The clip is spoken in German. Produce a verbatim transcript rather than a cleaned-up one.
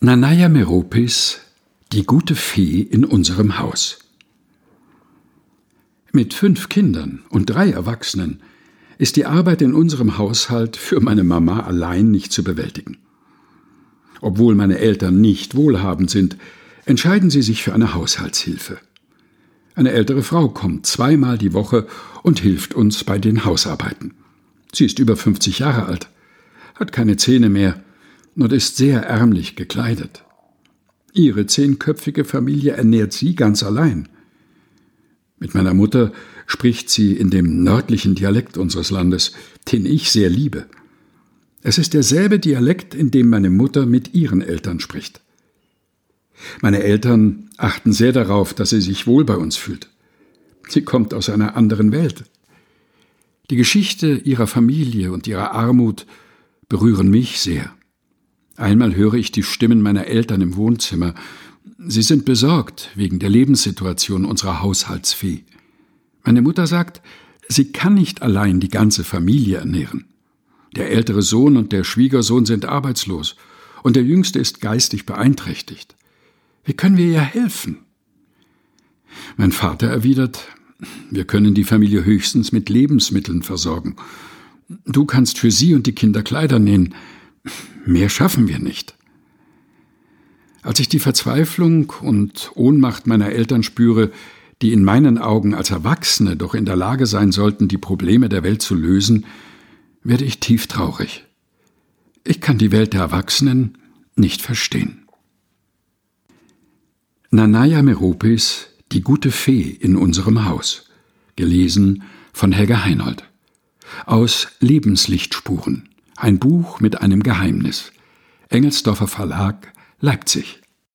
Nanaya Meropis, die gute Fee in unserem Haus. Mit fünf Kindern und drei Erwachsenen ist die Arbeit in unserem Haushalt für meine Mama allein nicht zu bewältigen. Obwohl meine Eltern nicht wohlhabend sind, entscheiden sie sich für eine Haushaltshilfe. Eine ältere Frau kommt zweimal die Woche und hilft uns bei den Hausarbeiten. Sie ist über fünfzig Jahre alt, hat keine Zähne mehr und ist sehr ärmlich gekleidet. Ihre zehnköpfige Familie ernährt sie ganz allein. Mit meiner Mutter spricht sie in dem nördlichen Dialekt unseres Landes, den ich sehr liebe. Es ist derselbe Dialekt, in dem meine Mutter mit ihren Eltern spricht. Meine Eltern achten sehr darauf, dass sie sich wohl bei uns fühlt. Sie kommt aus einer anderen Welt. Die Geschichte ihrer Familie und ihrer Armut berühren mich sehr. Einmal höre ich die Stimmen meiner Eltern im Wohnzimmer. Sie sind besorgt wegen der Lebenssituation unserer Haushaltsfee. Meine Mutter sagt, sie kann nicht allein die ganze Familie ernähren. Der ältere Sohn und der Schwiegersohn sind arbeitslos und der Jüngste ist geistig beeinträchtigt. Wie können wir ihr helfen? Mein Vater erwidert, wir können die Familie höchstens mit Lebensmitteln versorgen. Du kannst für sie und die Kinder Kleider nähen. Mehr schaffen wir nicht. Als ich die Verzweiflung und Ohnmacht meiner Eltern spüre, die in meinen Augen als Erwachsene doch in der Lage sein sollten, die Probleme der Welt zu lösen, werde ich tief traurig. Ich kann die Welt der Erwachsenen nicht verstehen. Nanaya Meropis, die gute Fee in unserem Haus. Gelesen von Helga Heinold. Aus Lebenslichtspuren. Ein Buch mit einem Geheimnis. Engelsdorfer Verlag, Leipzig.